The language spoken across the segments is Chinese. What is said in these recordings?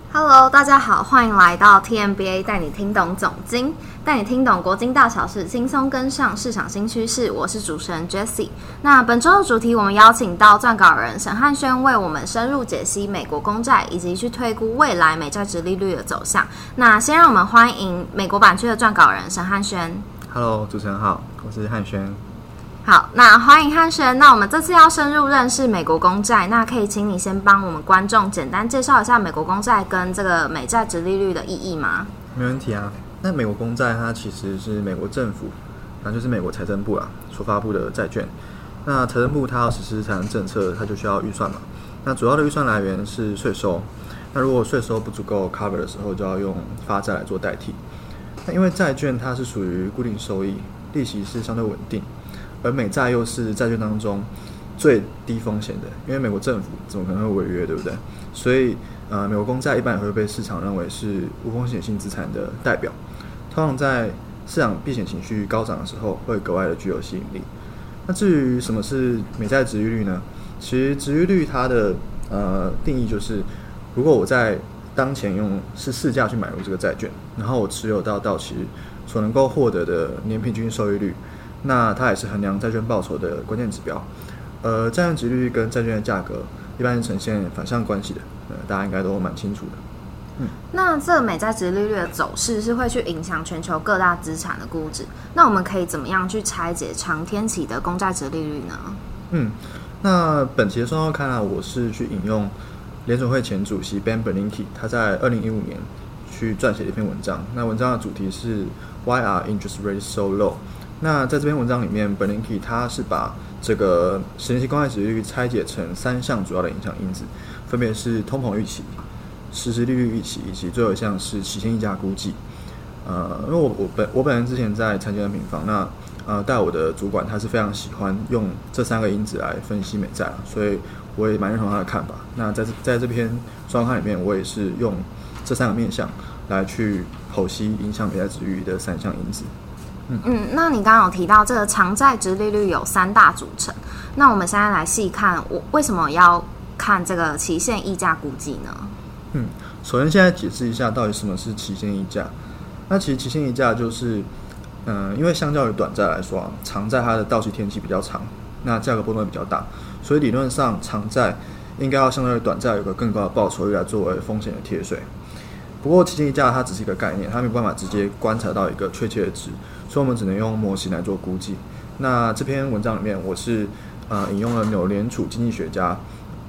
Hello， 大家好，欢迎来到 TMBA 带你听懂总经，带你听懂国经大小事，轻松跟上市场新趋势。我是主持人 Jessie。那本周的主题，我们邀请到撰稿人沈汉轩为我们深入解析美国公债，以及去推估未来美债殖利率的走向。那先让我们欢迎美国版区的撰稿人沈汉轩。 Hello， 主持人好，我是汉轩。 好，那欢迎汉轩。那我们这次要深入认识美国公债，那可以请你先帮我们观众简单介绍一下美国公债跟这个美债殖利率的意义吗？ 没问题啊。那美国公债它其实是美国政府，那就是美国财政部所发布的债券。那财政部它要实施财政政策，它就需要预算嘛。那主要的预算来源是税收。那如果税收不足够 cover 的时候，就要用发债来做代替。那因为债券它是属于固定收益，利息是相对稳定。而美债又是债券当中最低风险的，因为美国政府怎么可能会违约，对不对？所以美国公债一般也会被市场认为是无风险性资产的代表，通常在市场避险情绪高涨的时候，会格外的具有吸引力。那至于什么是美债殖利率呢？其实殖利率它的定义就是，如果我在当前用市价去买入这个债券，然后我持有到到期所能够获得的年平均收益率。那它也是衡量债券报酬的关键指标，债券殖利率跟债券的价格一般是呈现反向关系的，大家应该都蛮清楚的。 那这个美债殖利率的走势是会去影响全球各大资产的估值，那我们可以怎么样去拆解长天期的公债殖利率呢？ 那本期的双周刊我是去引用联准会前主席 Ben Bernanke 他在2015年去撰写的一篇文章，那文章的主题是 Why are interest rates so low？那在这篇文章里面 Bernanke 他是把这个10年期公债殖利率拆解成3项主要的影响因子，分别是通膨预期、实质利率预期，以及最后一项是期限溢价估计。因为我本人之前在财经人平方，那带我的主管他是非常喜欢用这3个因子来分析美债，所以我也蛮认同他的看法。那在这篇双刊里面，我也是用这3个面向来去剖析影响美债殖利率的3项因子。 那你刚刚有提到这个长债殖利率有3大组成，那我们现在来细看，我为什么要看这个期限溢价估计呢？ 首先现在解释一下到底什么是期限溢价。那其实期限溢价就是，因为相较于短债来说长债它的到期天期比较长，那价格波动也比较大，所以理论上长债应该要相对于短债有个更高的报酬率来作为风险的贴水。不过期限溢价它只是一个概念，它没有办法直接观察到一个确切的值，所以我们只能用模型来做估计。那这篇文章里面我是引用了纽联储经济学家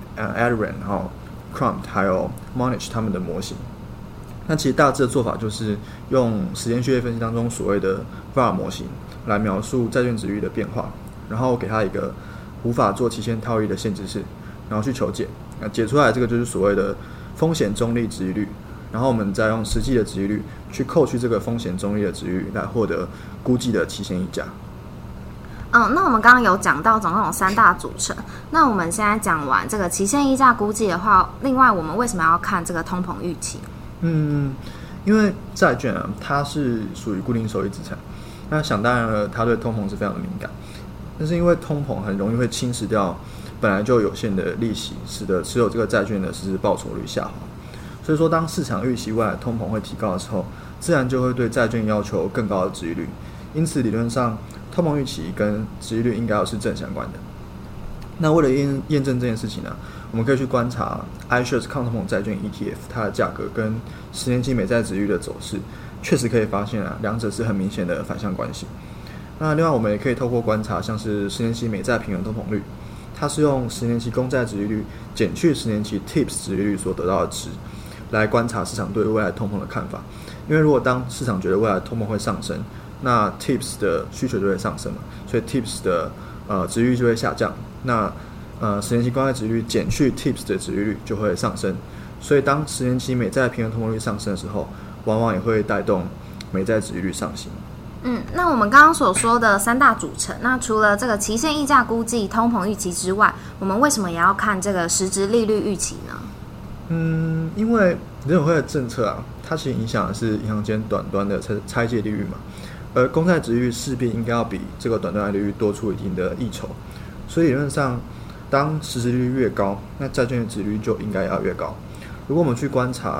Adrian、Crump 还有 Monich 他们的模型。那其实大致的做法就是用时间序列分析当中所谓的 VAR 模型来描述债券殖利率的变化，然后给它一个无法做期限套利的限制式，然后去求解。解出来这个就是所谓的风险中立殖利率。然后我们再用实际的殖利率去扣去这个风险中立的殖利率，来获得估计的期限溢价。 那我们刚刚有讲到总共有3大组成，那我们现在讲完这个期限溢价估计的话，另外我们为什么要看这个通膨预期？ 因为债券它是属于固定收益资产，那想当然了，它对通膨是非常的敏感，但是因为通膨很容易会侵蚀掉本来就有限的利息，使得持有这个债券的实质报酬率下滑。所以说，当市场预期未来通膨会提高的时候，自然就会对债券要求更高的殖利率。因此，理论上，通膨预期跟殖利率应该要是正相关的。那为了验证这件事情我们可以去观察 iShares 抗通膨债券 ETF 它的价格跟10年期美债殖利率的走势，确实可以发现两者是很明显的反向关系。那另外，我们也可以透过观察像是10年期美债平衡通膨率，它是用10年期公债殖利率减去10年期 TIPS 殖利率所得到的值，来观察市场对未来通膨的看法。因为如果当市场觉得未来通膨会上升，那 TIPS 的需求就会上升嘛，所以 TIPS 的殖利率就会下降。那10年期公债殖利率减去 TIPS 的殖利率就会上升。所以当10年期美债平衡通膨率上升的时候，往往也会带动美债殖利率上行。 那我们刚刚所说的3大组成，那除了这个期限溢价估计、通膨预期之外，我们为什么也要看这个实质利率预期呢？ 因为联准会的政策它其实影响的是银行间短端的拆借利率嘛，而公债殖利率势必应该要比这个短端的利率多出一定的溢酬，所以理论上，当实质利率越高，那债券的殖利率就应该要越高。如果我们去观察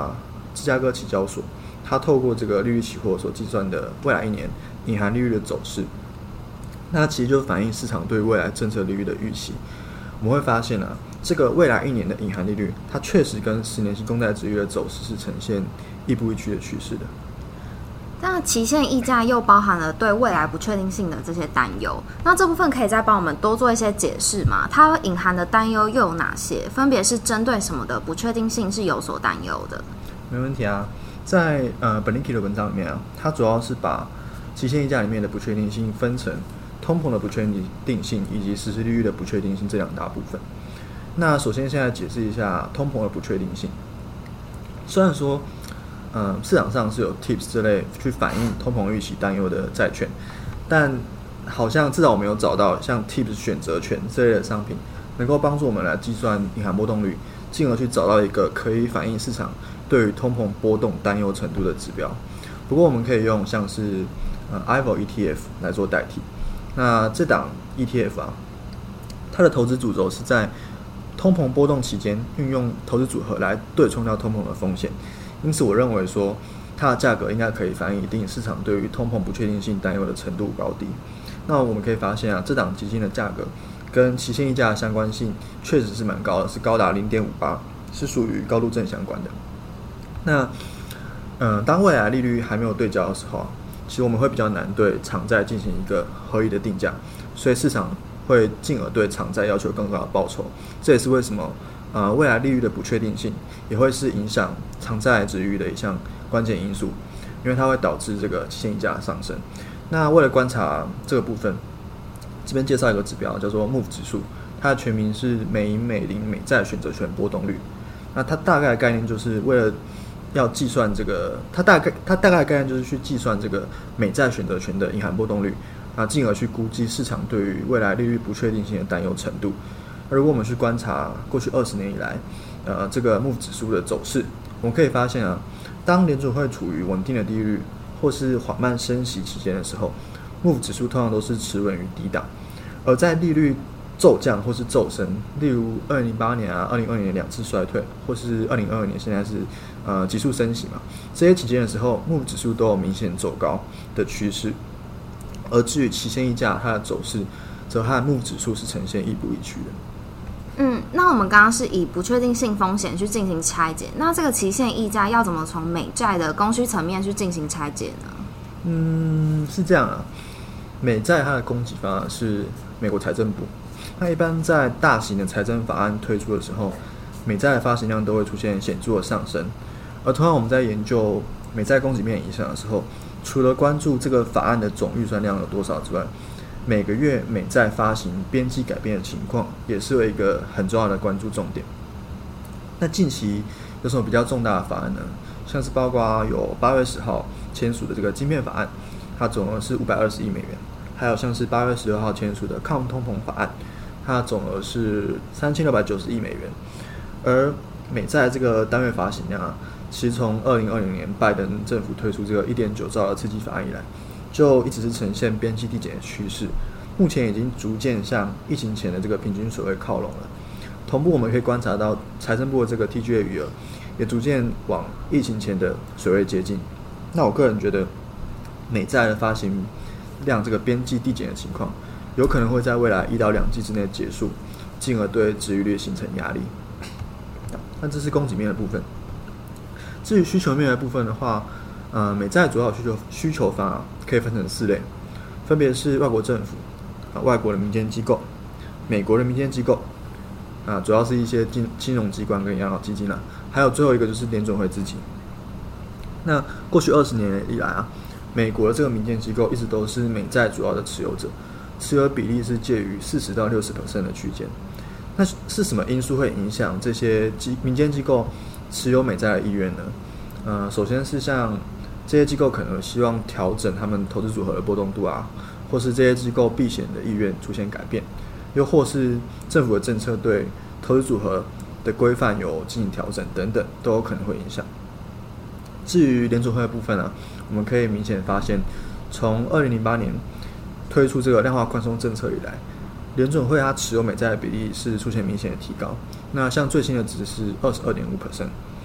芝加哥期交所，它透过这个利率期货所计算的未来1年隐含利率的走势，那其实就反映市场对未来政策利率的预期。我们会发现啊，这个未来1年的隐含利率，它确实跟10年期公债殖利率的走势是呈现亦步亦趋的趋势的。 那期限溢价又包含了对未来不确定性的这些担忧，那这部分可以再帮我们多做一些解释吗？它隐含的担忧又有哪些？分别是针对什么的不确定性是有所担忧的？ 没问题啊，在Bernanke 的文章里面啊，它主要是把期限溢价里面的不确定性分成通膨的不确定性以及实质利率的不确定性这2大部分。那首先现在解释一下通膨的不确定性。虽然说市场上是有 TIPS 这类去反映通膨预期担忧的债券，但好像至少我们有找到像 TIPS 选择权这类的商品，能够帮助我们来计算隐含波动率，进而去找到一个可以反映市场对于通膨波动担忧程度的指标。不过我们可以用像是IVO ETF 来做代替。那这档 ETF 啊，它的投资主轴是在通膨波动期间运用投资组合来对冲掉通膨的风险。因此我认为说它的价格应该可以反映一定市场对于通膨不确定性担忧的程度高低。那我们可以发现啊，这档基金的价格跟期限溢价的相关性确实是蛮高的，是高达 0.58， 是属于高度正相关的。那当未来利率还没有对焦的时候，其实我们会比较难对长债进行一个合理的定价，所以市场会进而对长债要求更高的报酬。这也是为什么未来利率的不确定性也会是影响长债殖利率的一项关键因素，因为它会导致这个期限溢价的上升。那为了观察这个部分，这边介绍一个指标叫做 MOVE 指数，它的全名是美银美林美债选择权波动率。那它大概的概念就是为了要计算这个，它大概的概念就是去计算这个美债选择权的隐含波动率，进而去估计市场对于未来利率不确定性的担忧程度。如果我们去观察过去20年以来，这个 MOVE 指数的走势，我们可以发现啊，当联准会处于稳定的低利率或是缓慢升息期间的时候， MOVE 指数通常都是持稳于低档。而在利率骤降或是骤升，例如2008年啊、2020年2次衰退，或是2022年现在是急速升息嘛，这些期间的时候 ，MOVE 指数都有明显走高的趋势。而至于期限溢价它的走势，则和 MOVE 指数是呈现亦步亦趋的。 那我们刚刚是以不确定性风险去进行拆解，那这个期限溢价要怎么从美债的供需层面去进行拆解呢？ 是这样啊，美债它的供给方是美国财政部。那一般在大型的财政法案推出的时候，美债的发行量都会出现显著的上升。而同样我们在研究美债供给面影响的时候，除了关注这个法案的总预算量有多少之外，每个月美债发行边际改变的情况也是有一个很重要的关注重点。那近期有什么比较重大的法案呢？像是包括有8月10号签署的这个晶片法案，它总额是520亿美元，还有像是8月16号签署的抗通膨法案，它总额是3690亿美元。而美债这个单月发行量啊，其实从2020年拜登政府推出这个 1.9 兆的刺激法案以来，就一直是呈现边际递减的趋势，目前已经逐渐向疫情前的这个平均水位靠拢了。同步我们可以观察到财政部的这个 TGA 余额也逐渐往疫情前的水位接近。那我个人觉得美债的发行量这个边际递减的情况有可能会在未来1到2季之内结束，进而对殖利率形成压力。那这是供给面的部分。至于需求面的部分的话，美债主要需求方可以分成4类，分别是外国政府、外国的民间机构、美国的民间机构，主要是一些金融机关跟养老基金还有最后一个就是联准会自己。那过去20年以来美国的这个民间机构一直都是美债主要的持有者，持有比例是介于40%到60% 的区间。那是什么因素会影响这些民间机构持有美债的意愿呢？首先是像这些机构可能希望调整他们投资组合的波动度或是这些机构避险的意愿出现改变，又或是政府的政策对投资组合的规范有进行调整等等，都有可能会影响。至于联准会的部分我们可以明显发现，从2008年推出这个量化宽松政策以来，联准会它持有美债的比例是出现明显的提高。那像最新的值是 22.5%，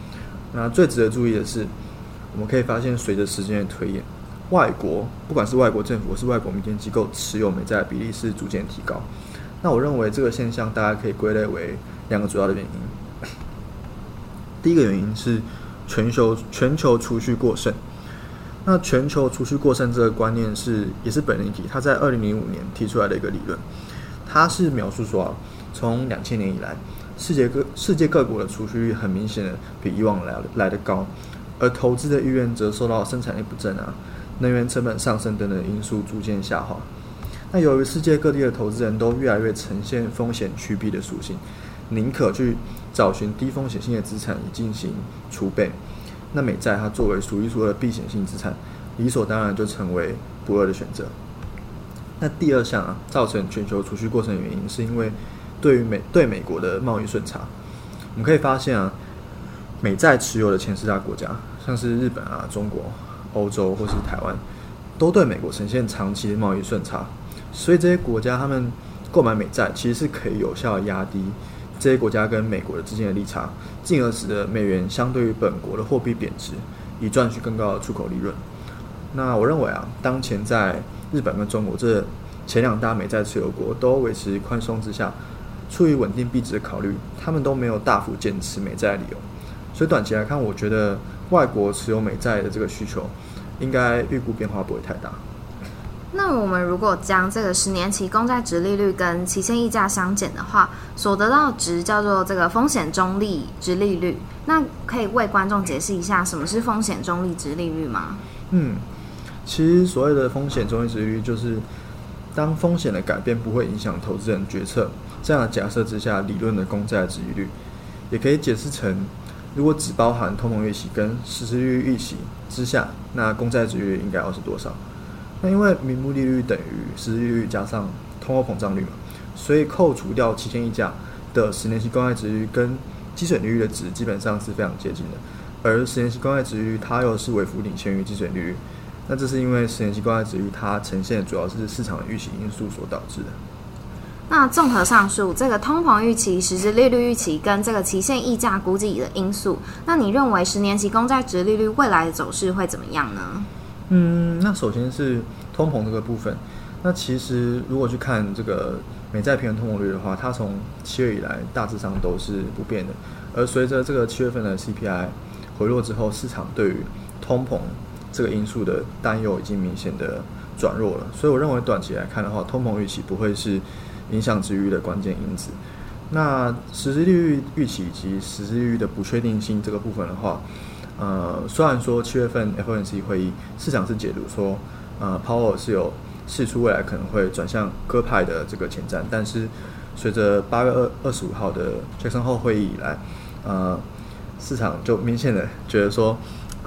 那最值得注意的是，我们可以发现，随着时间的推演，外国不管是外国政府或是外国民间机构持有美债的比例是逐渐提高。那我认为这个现象大家可以归类为2个主要的原因。第一个原因是全球储蓄过剩。那全球储蓄过剩这个观念也是本尼提他在2005年提出来的一个理论。他是描述说从2000年以来，世界各国的储蓄率很明显的比以往来得高，而投资的意愿则受到生产力不振能源成本上升等等因素逐渐下滑。那由于世界各地的投资人都越来越呈现风险趋避的属性，宁可去找寻低风险性的资产以进行储备，那美债它作为数一数二的避险性资产，理所当然就成为不二的选择。那第二项造成全球储蓄过剩的原因，是因为对美国的贸易顺差。我们可以发现美债持有的前4大国家，像是日本中国、欧洲或是台湾，都对美国呈现长期的贸易顺差。所以这些国家他们购买美债，其实是可以有效的压低这些国家跟美国之间的利差，进而使得美元相对于本国的货币贬值，以赚取更高的出口利润。那我认为当前在日本跟中国这前2大美债持有国都维持宽松之下，出于稳定币值的考虑，他们都没有大幅减持美债的理由。所以短期来看，我觉得外国持有美债的这个需求，应该预估变化不会太大。 那我们如果将这个10年期公债殖利率跟期限溢价相减的话，所得到的值叫做这个风险中立殖利率。那可以为观众解释一下什么是风险中立殖利率吗？ 其实所谓的风险中立殖利率，就是当风险的改变不会影响投资人决策这样的假设之下，理论的公债殖利率，也可以解释成，如果只包含通膨预期跟实质利率预期之下，那公债殖利率应该要是多少？那因为名目利率等于实质利率加上通货膨胀率嘛，所以扣除掉期限溢价的10年期公债殖利率跟基准利率的值基本上是非常接近的，而10年期公债殖利率它又是微幅领先于基准利率。那这是因为10年期公债殖利率它呈现的主要是市场的预期因素所导致的。 那综合上述这个通膨预期、实质利率预期跟这个期限溢价估计的因素，那你认为10年期公债殖利率未来的走势会怎么样呢？ 那首先是通膨这个部分。那其实如果去看这个美债平衡通膨率的话，它从7月以来大致上都是不变的。而随着这个7月份的 CPI 回落之后，市场对于通膨这个因素的担忧已经明显的转弱了。所以我认为短期来看的话，通膨预期不会是影响殖利率的关键因子。那实质利率预期以及实质利率的不确定性这个部分的话，虽然说7月份 FOMC 会议市场是解读说Powell 是有释出未来可能会转向鸽派的这个前瞻，但是随着8月25号的 Jackson Hole 会议以来，市场就明显的觉得说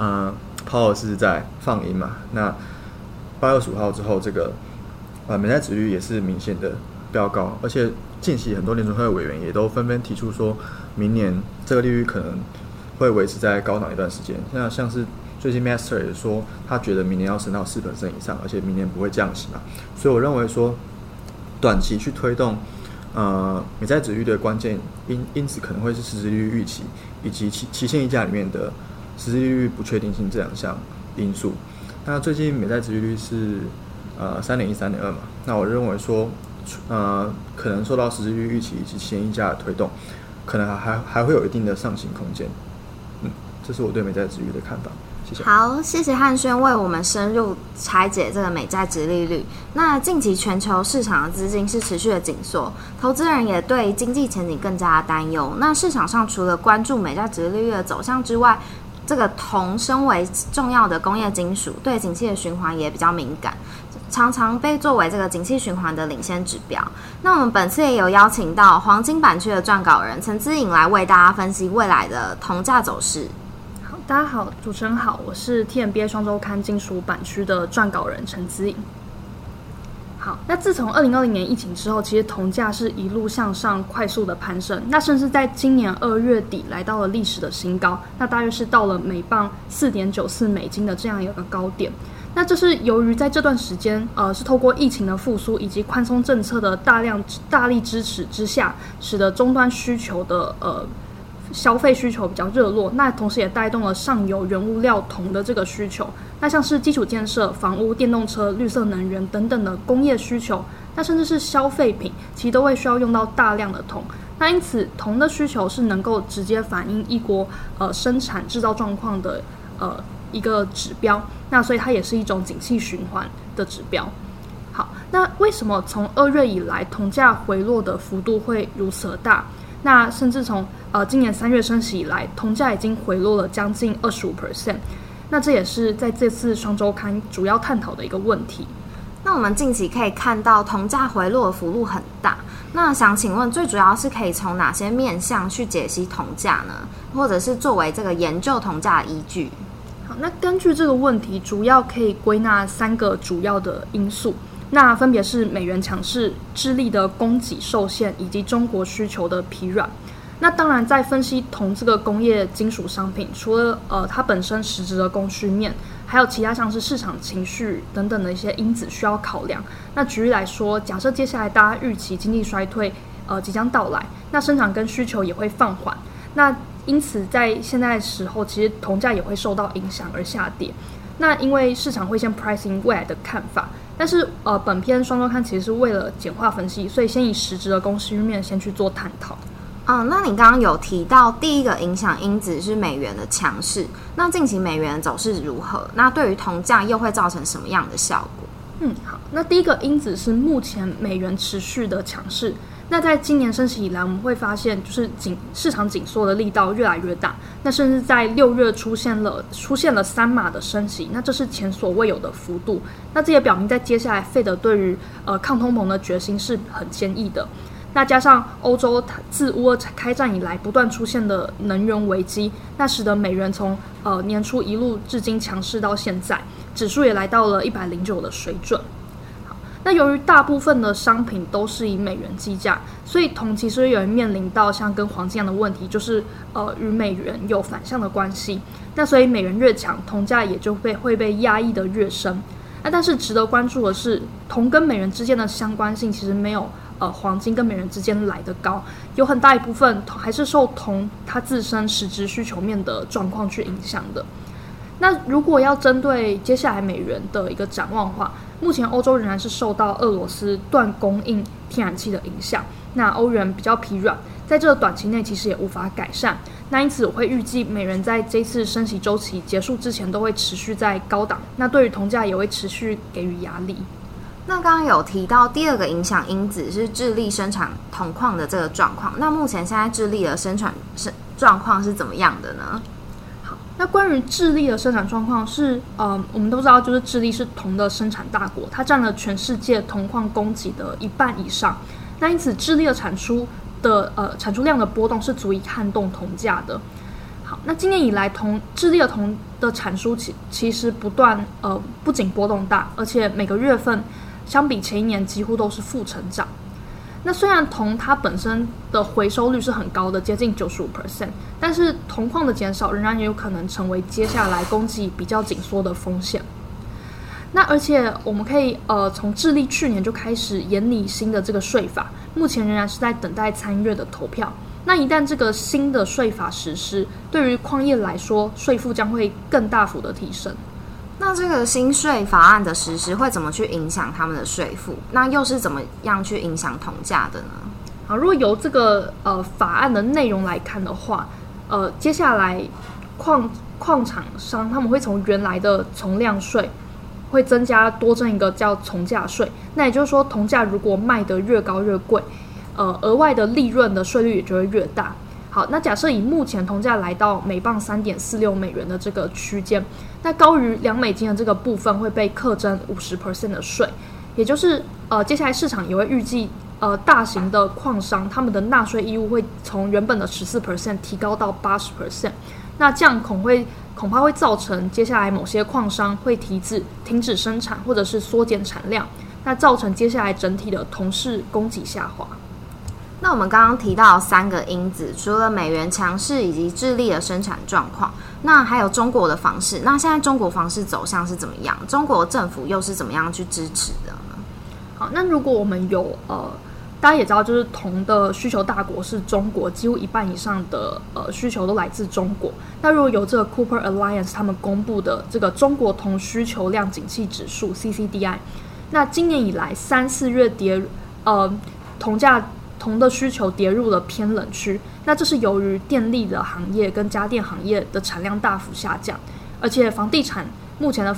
Powell 是在放鹰嘛。那8月25号之后，这个美债殖利率也是明显的飙高，而且近期很多联准会委员也都纷纷提出说，明年这个利率可能会维持在高档一段时间。那像是最近 Master 也说，他觉得明年要升到4%以上，而且明年不会降息嘛。所以我认为说，短期去推动美债殖利率的关键因子可能会是实质利率预期以及期限溢价里面的实质利率不确定性这2项因素。那最近美债殖利率是3.1、3.2嘛。那我认为说，可能受到实质利率预期以及期限溢价的推动，可能还会有一定的上行空间。这是我对美债殖利率的看法。谢谢。 好，谢谢汉轩为我们深入拆解这个美债殖利率。那近期全球市场的资金是持续的紧缩，投资人也对经济前景更加的担忧。那市场上除了关注美债殖利率的走向之外，这个铜身为重要的工业金属，对景气的循环也比较敏感，常常被作为这个景气循环的领先指标。那我们本次也有邀请到黄金版区的撰稿人陈姿颖来为大家分析未来的铜价走势。 好，大家好，主持人好，我是 TMBA 双周刊金属版区的撰稿人陈姿颖。好，那自从2020年疫情之后，其实铜价是一路向上快速的攀升，那甚至在今年2月底来到了历史的新高，那大约是到了每磅4.94美金的这样一个高点。那这是由于在这段时间，是透过疫情的复苏以及宽松政策的大力支持之下，使得终端需求的消费需求比较热络，那同时也带动了上游原物料铜的这个需求。那像是基础建设、房屋、电动车、绿色能源等等的工业需求，那甚至是消费品，其实都会需要用到大量的铜。那因此，铜的需求是能够直接反映一国生产制造状况的一个指标。那所以它也是一种景气循环的指标。好，那为什么从2月以来铜价回落的幅度会如此大？那甚至从今年3月升息以来，铜价已经回落了将近25%。那这也是在这次双周刊主要探讨的一个问题。 那我们近期可以看到铜价回落的幅度很大，那想请问最主要是可以从哪些面向去解析铜价呢？或者是作为这个研究铜价的依据？ 好，那根据这个问题，主要可以归纳3个主要的因素。那分别是美元强势、智利的供给受限以及中国需求的疲软。那当然，在分析铜这个工业金属商品，除了它本身实质的供需面，还有其他像是市场情绪等等的一些因子需要考量。那举例来说，假设接下来大家预期经济衰退即将到来，那生产跟需求也会放缓。那因此，在现在的时候，其实铜价也会受到影响而下跌。那因为市场会先 pricing 未来的看法，但是本篇双周刊其实是为了简化分析，所以先以实质的供需面先去做探讨。 那你刚刚有提到第一个影响因子是美元的强势，那近期美元的走势如何？那对于铜价又会造成什么样的效果？ 好，那第一个因子是目前美元持续的强势。那在今年升息以来，我们会发现就是市场紧缩的力道越来越大，那甚至在6月出现了3码的升息，那这是前所未有的幅度。那这也表明在接下来Fed对于抗通膨的决心是很坚毅的。那加上欧洲自乌俄开战以来不断出现的能源危机，那使得美元从年初一路至今强势到现在，指数也来到了109的水准。好，那由于大部分的商品都是以美元计价，所以铜其实有人面临到像跟黄金一样的问题，就是与美元有反向的关系。那所以美元越强，铜价也就会被压抑的越深。那但是值得关注的是，铜跟美元之间的相关性其实没有黄金跟美元之间来得高，有很大一部分还是受铜它自身实质需求面的状况去影响的。那如果要针对接下来美元的一个展望的话，目前欧洲仍然是受到俄罗斯断供应天然气的影响，那欧元比较疲软，在这个短期内其实也无法改善。那因此我会预计美元在这次升息周期结束之前都会持续在高档，那对于铜价也会持续给予压力。 那刚刚有提到第二个影响因子是智利生产铜矿的这个状况，那目前现在智利的生产状况是怎么样的呢？ 好，那关于智利的生产状况是我们都知道，就是智利是铜的生产大国，它占了全世界铜矿供给的1半以上。那因此智利的产出量的波动是足以撼动铜价的。好，那今年以来智利的铜的产出其实不仅波动大，而且每个月份相比前一年几乎都是负成长。那虽然铜它本身的回收率是很高的，接近95%，但是铜矿的减少仍然也有可能成为接下来供给比较紧缩的风险。那而且我们可以从智利去年就开始研拟新的这个税法，目前仍然是在等待参议院的投票。那一旦这个新的税法实施，对于矿业来说，税负将会更大幅的提升。 那这个新税法案的实施会怎么去影响他们的税负？那又是怎么样去影响铜价的呢？ 好，如果由这个法案的内容来看的话，接下来矿厂商他们会从原来的从量税会增加多征一个叫从价税。那也就是说，铜价如果卖得越高越贵，额外的利润的税率也就会越大。好，那假设以目前铜价来到每磅3.46美元的这个区间，那高于2美金的这个部分会被课征50% 的税，也就是接下来市场也会预计大型的矿商他们的纳税义务会从原本的14% 提高到80%。那这样恐怕会造成接下来某些矿商会停止生产或者是缩减产量，那造成接下来整体的铜市供给下滑。 那我们刚刚提到3个因子，除了美元强势以及智利的生产状况，那还有中国的房市。那现在中国房市走向是怎么样？中国政府又是怎么样去支持的呢？ 好，那如果我们有大家也知道，就是铜的需求大国是中国，几乎一半以上的需求都来自中国。那如果有这个 Cooper Alliance 他们公布的这个中国铜需求量景气指数 CCDI， 那今年以来3、4月铜的需求跌入了偏冷区。那这是由于电力的行业跟家电行业的产量大幅下降，而且房地产目前的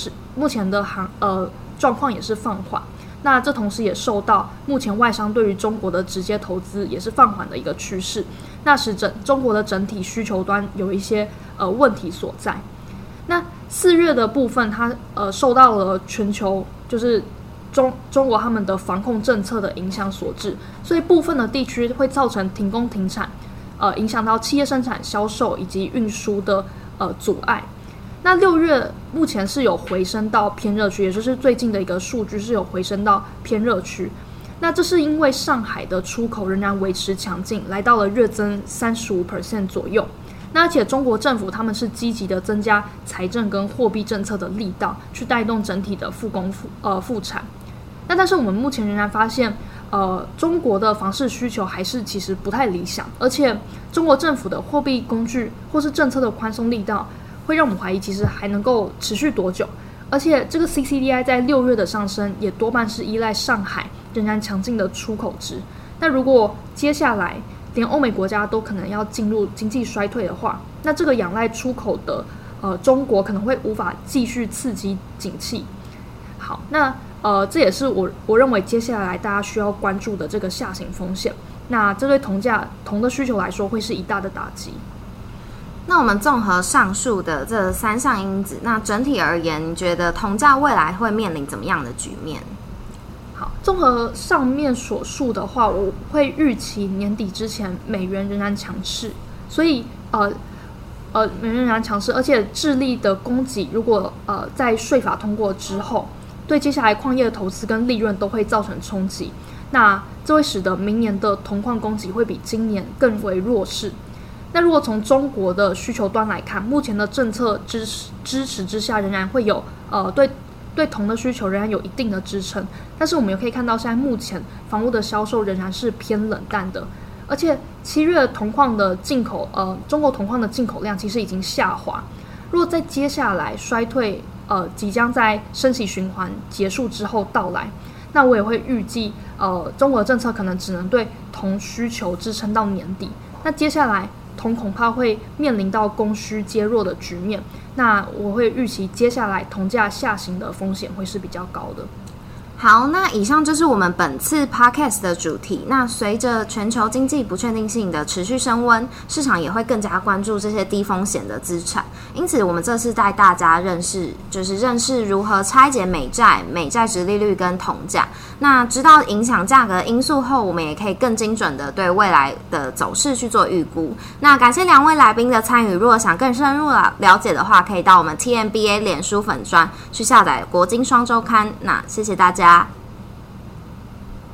状况也是放缓。那这同时也受到目前外商对于中国的直接投资也是放缓的一个趋势，那使中国的整体需求端有一些问题所在。那4月的部分，它受到了全球就是中国他们的防控政策的影响所致，所以部分的地区会造成停工停产，影响到企业生产、销售以及运输的阻碍。那6月目前是有回升到偏热区，也就是最近的一个数据是有回升到偏热区。那这是因为上海的出口仍然维持强劲，来到了月增 35% 左右。那而且中国政府他们是积极的增加财政跟货币政策的力道，去带动整体的复产。那但是我们目前仍然发现，中国的房市需求还是其实不太理想，而且中国政府的货币工具或是政策的宽松力道，会让我们怀疑其实还能够持续多久。而且这个 CCDI 在6月的上升也多半是依赖上海仍然强劲的出口值。那如果接下来连欧美国家都可能要进入经济衰退的话，那这个仰赖出口的中国可能会无法继续刺激景气。好，那这也是我认为接下来大家需要关注的这个下行风险。那这对铜的需求来说会是一大的打击。 那我们综合上述的这3项因子，那整体而言，你觉得铜价未来会面临怎么样的局面？ 好，综合上面所述的话，我会预期年底之前美元仍然强势，所以美元仍然强势，而且智利的供给如果在税法通过之后，对接下来矿业的投资跟利润都会造成冲击。那这会使得明年的铜矿供给会比今年更为弱势。那如果从中国的需求端来看，目前的政策支持之下，仍然会有对铜的需求仍然有一定的支撑。但是我们也可以看到，现在目前房屋的销售仍然是偏冷淡的，而且7月铜矿的进口，中国铜矿的进口量其实已经下滑。如果在接下来衰退，即将在升息循环结束之后到来，那我也会预计，中国的政策可能只能对铜需求支撑到年底。那接下来铜恐怕会面临到供需皆弱的局面，那我会预期接下来铜价下行的风险会是比较高的。 好，那以上就是我们本次 podcast 的主题。那随着全球经济不确定性的持续升温，市场也会更加关注这些低风险的资产。因此，我们这次带大家认识如何拆解美债殖利率跟铜价。那知道影响价格的因素后，我们也可以更精准的对未来的走势去做预估。那感谢2位来宾的参与。如果想更深入了解的话，可以到我们 TMBA 脸书粉专去下载国经双周刊。那谢谢大家。